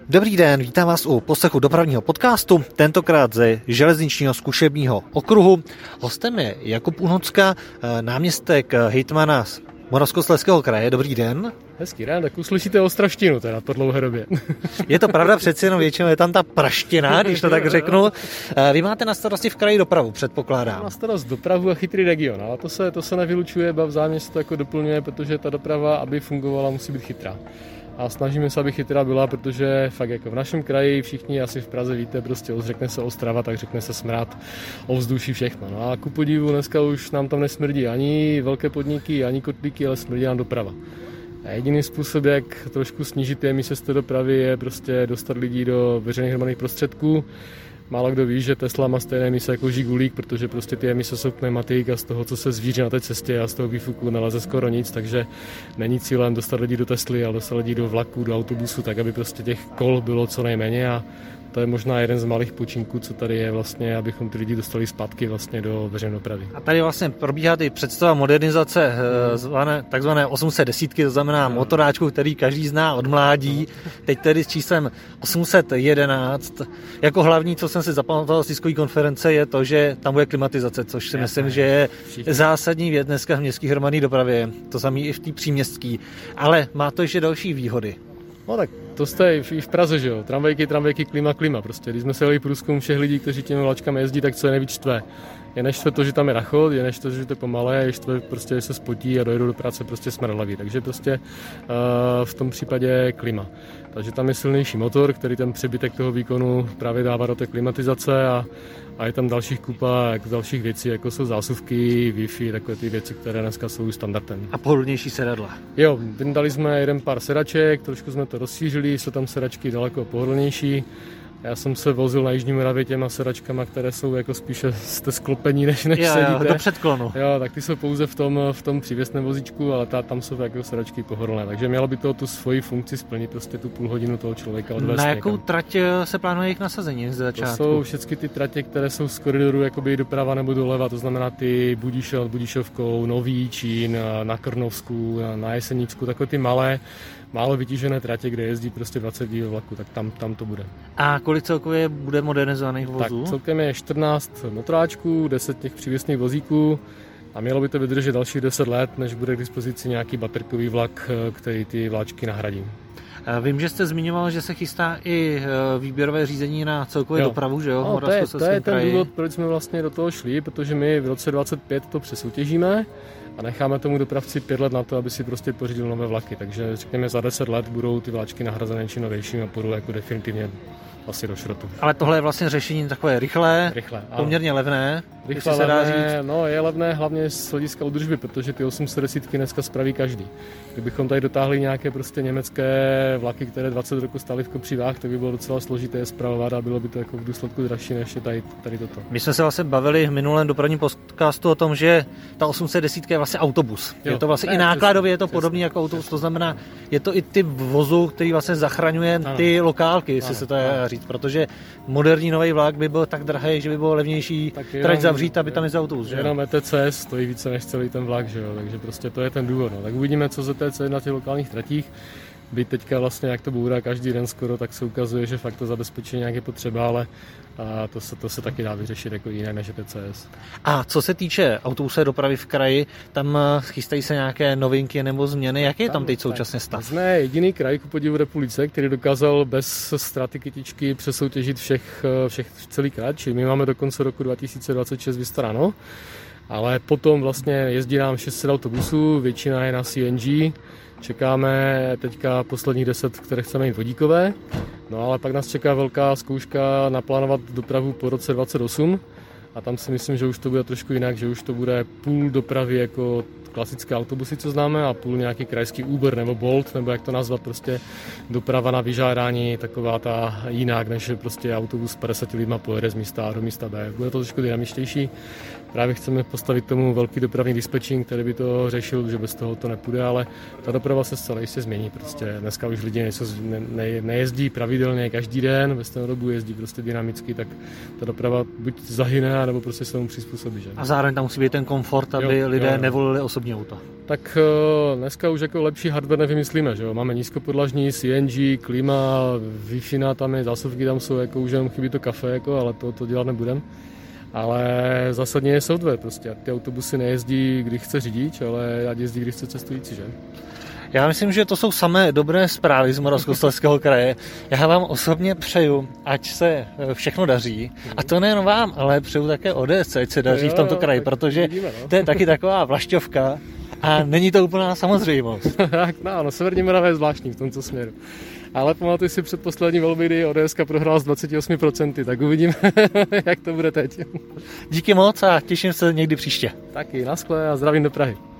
Dobrý den, vítám vás u poslechu dopravního podcastu, tentokrát ze železničního zkušebního okruhu. Hostem je Jakub Uhocka, náměstek hejtmana z Moravskoslezského kraje. Dobrý den. Hezký den, tak uslyšíte ostraštinu teda po dlouhé době. Je to pravda, přeci jenom většinou je tam ta praština, když to tak řeknu. Vy máte na starosti v kraji dopravu, předpokládám. Na starost dopravu a chytrý region, ale to se nevylučuje, vzájemně se to jako doplňuje, protože ta doprava, aby fungovala, musí být chytrá. A snažíme se, aby chytrá byla, protože fakt jako v našem kraji všichni asi v Praze víte, prostě řekne se Ostrava, tak řekne se smrad, ovzduší, všechno. No a ku podivu dneska už nám tam nesmrdí ani velké podniky, ani kotlíky, ale smrdí nám doprava. A jediný způsob, jak trošku snížit emise z té dopravy, je prostě dostat lidi do veřejných hromadných prostředků. Málo kdo ví, že Tesla má stejné emise jako Žigulík, protože prostě ty emise jsou pneumatik a z toho, co se zvíří na té cestě a z toho výfuku neleze skoro nic, takže není cílem dostat lidi do Tesly, ale dostat lidi do vlaku, do autobusu, tak aby prostě těch kol bylo co nejméně a to je možná jeden z malých počínků, co tady je vlastně, abychom ty lidi dostali zpátky vlastně do veřejné dopravy. A tady vlastně probíhá i představa modernizace takzvané 810, to znamená motoráčku, který každý zná od mládí. Teď tedy s číslem 811. Jako hlavní, co jsem si zapamatoval z tiskové konference, je to, že tam bude klimatizace, což si myslím, že je zásadní věc dneska v městské hromadné dopravě. To samé i v té příměstské. Ale má to ještě další výhody. No tak to jste i v Praze, že jo? Tramvajky, klima. Prostě, když jsme se jeli průzkum všech lidí, kteří těmi vlačkami jezdí, tak co je nejvíc štve? Je neštve to, že tam je rachot, je neštve, že to je pomalé, je štve prostě, že se spotí a dojedou do práce prostě smradlavý. Takže prostě v tom případě klima. Takže tam je silnější motor, který ten přebytek toho výkonu právě dává do té klimatizace a je tam dalších kupa dalších věcí, jako jsou zásuvky, Wi-Fi, takové ty věci, které dneska jsou standardem. A pohodlnější sedadla. Jo, dali jsme jeden pár sedaček, trošku jsme to rozšířili, jsou tam sedačky daleko pohodlnější. Já jsem se vozil na Jižní Moravě těma sedačkama, které jsou jako spíše jste sklopení, než sedíte. Do předklonu. Jo, tak ty jsou pouze v tom přívěsném vozíčku, ale tam jsou jako sedačky pohodlné. Takže mělo by to tu svoji funkci splnit, prostě tu půl hodinu toho člověka odvést. Na jakou trať se plánuje jejich nasazení z začátku? To jsou všechny ty tratě, které jsou z koridoru jakoby doprava nebo doleva, to znamená ty Budišovkou, Nový Čín, na Krnovsku, na Jesenicku, takové ty malé, málo vytížené tratě, kde jezdí prostě 20 lidí ve vlaku, tak tam to bude. A kolik celkově bude modernizovaných vozů? Tak celkem je 14 motoráčků, 10 těch přívěsných vozíků a mělo by to vydržet dalších 10 let, než bude k dispozici nějaký baterkový vlak, který ty vláčky nahradí. Vím, že jste zmiňoval, že se chystá i výběrové řízení na celkovou dopravu, že jo? No, to je ten důvod, proč jsme vlastně do toho šli, protože my v roce 2025 to přesoutěžíme a necháme tomu dopravci 5 let na to, aby si prostě pořídil nové vlaky. Takže řekněme za 10 let budou ty vláčky nahrazené či novějšími a půjdou jako definitivně asi do šrotu. Ale tohle je vlastně řešení takové rychlé, poměrně levné. Rychle, se dá říct. No, je levné hlavně z hlediska údržby, protože ty 810 dneska spraví každý. Kdybychom tady dotáhli nějaké prostě německé vlaky, které 20 roku stály v kopřivách, tak by bylo docela složité je spravovat a bylo by to jako v důsledku dražší než je tady toto. My jsme se vlastně bavili v minulém dopravním podcastu o tom, že ta 810 je vlastně autobus. Je to vlastně i nákladově je to podobný jako autobus, to znamená, je to i typ vozu, který vlastně zachraňuje ty lokálky, jestli se to dá říct, protože moderní nový vlak by byl tak drahý, že by bylo levnější trať zavřít, aby tam jezdil autobus. Jenom ETCS stojí více než celý ten vlak, že jo? Takže prostě to je ten důvod. No. Tak uvidíme, co ETCS na těch lokálních tratích. Byť teďka vlastně, jak to bourá každý den skoro, tak se ukazuje, že fakt to zabezpečení nějaké potřeba, ale to se taky dá vyřešit jako jiné než ETCS. A co se týče autobusové dopravy v kraji, tam chystají se nějaké novinky nebo změny? Jaký je tam teď současně stav? Jsme jediný kraj ku podivu republice, který dokázal bez ztráty kytičky přesoutěžit všech celý kraj. Čili my máme do konce roku 2026 vystaráno, ale potom vlastně jezdí nám 600 autobusů, většina je na CNG. Čekáme teďka posledních 10, které chceme mít vodíkové, no ale pak nás čeká velká zkouška naplánovat dopravu po roce 2028 a tam si myslím, že už to bude trošku jinak, že už to bude půl dopravy jako klasické autobusy, co známe, a půl nějaký krajský Uber nebo Bolt, nebo jak to nazvat, prostě doprava na vyžádání, taková ta jinak, než prostě autobus s 50 lidma pojede z místa A do místa B. Bude to trošku dynamičtější. Právě chceme postavit tomu velký dopravní dispečing, který by to řešil, že bez toho to nepůjde, ale ta doprava se zcela jistě změní. Prostě dneska už lidi nejezdí pravidelně každý den, ve stejnou dobu jezdí prostě dynamicky, tak ta doprava buď zahyne, nebo prostě se tomu přizpůsobí. Že? A zároveň tam musí být ten komfort, aby lidé nevolili osobní osobní auto? Tak dneska už jako lepší hardware nevymyslíme, že jo? Máme nízkopodlažní, CNG, klima, Wi-Fi tam je, zásobky tam jsou, jako už jenom chybí to kafe, jako, ale to dělat nebudem. Ale zásadně je software prostě. Ty autobusy nejezdí, když chce řidič, ale ať jezdí, když chce cestující, že? Já myslím, že to jsou samé dobré zprávy z Moravskoslezského kraje. Já vám osobně přeju, ať se všechno daří. A to nejen vám, ale přeju také ODS, ať se daří v tomto kraji, protože to je taky taková vlašťovka a není to úplná samozřejmost. No, Severní Morava je zvláštní v tomto směru. Ale pamatuj si předposlední volby, kdy ODS prohrála s 28%, tak uvidíme, jak to bude teď. Díky moc a těším se někdy příště. Taky, naschle a zdravím do Prahy.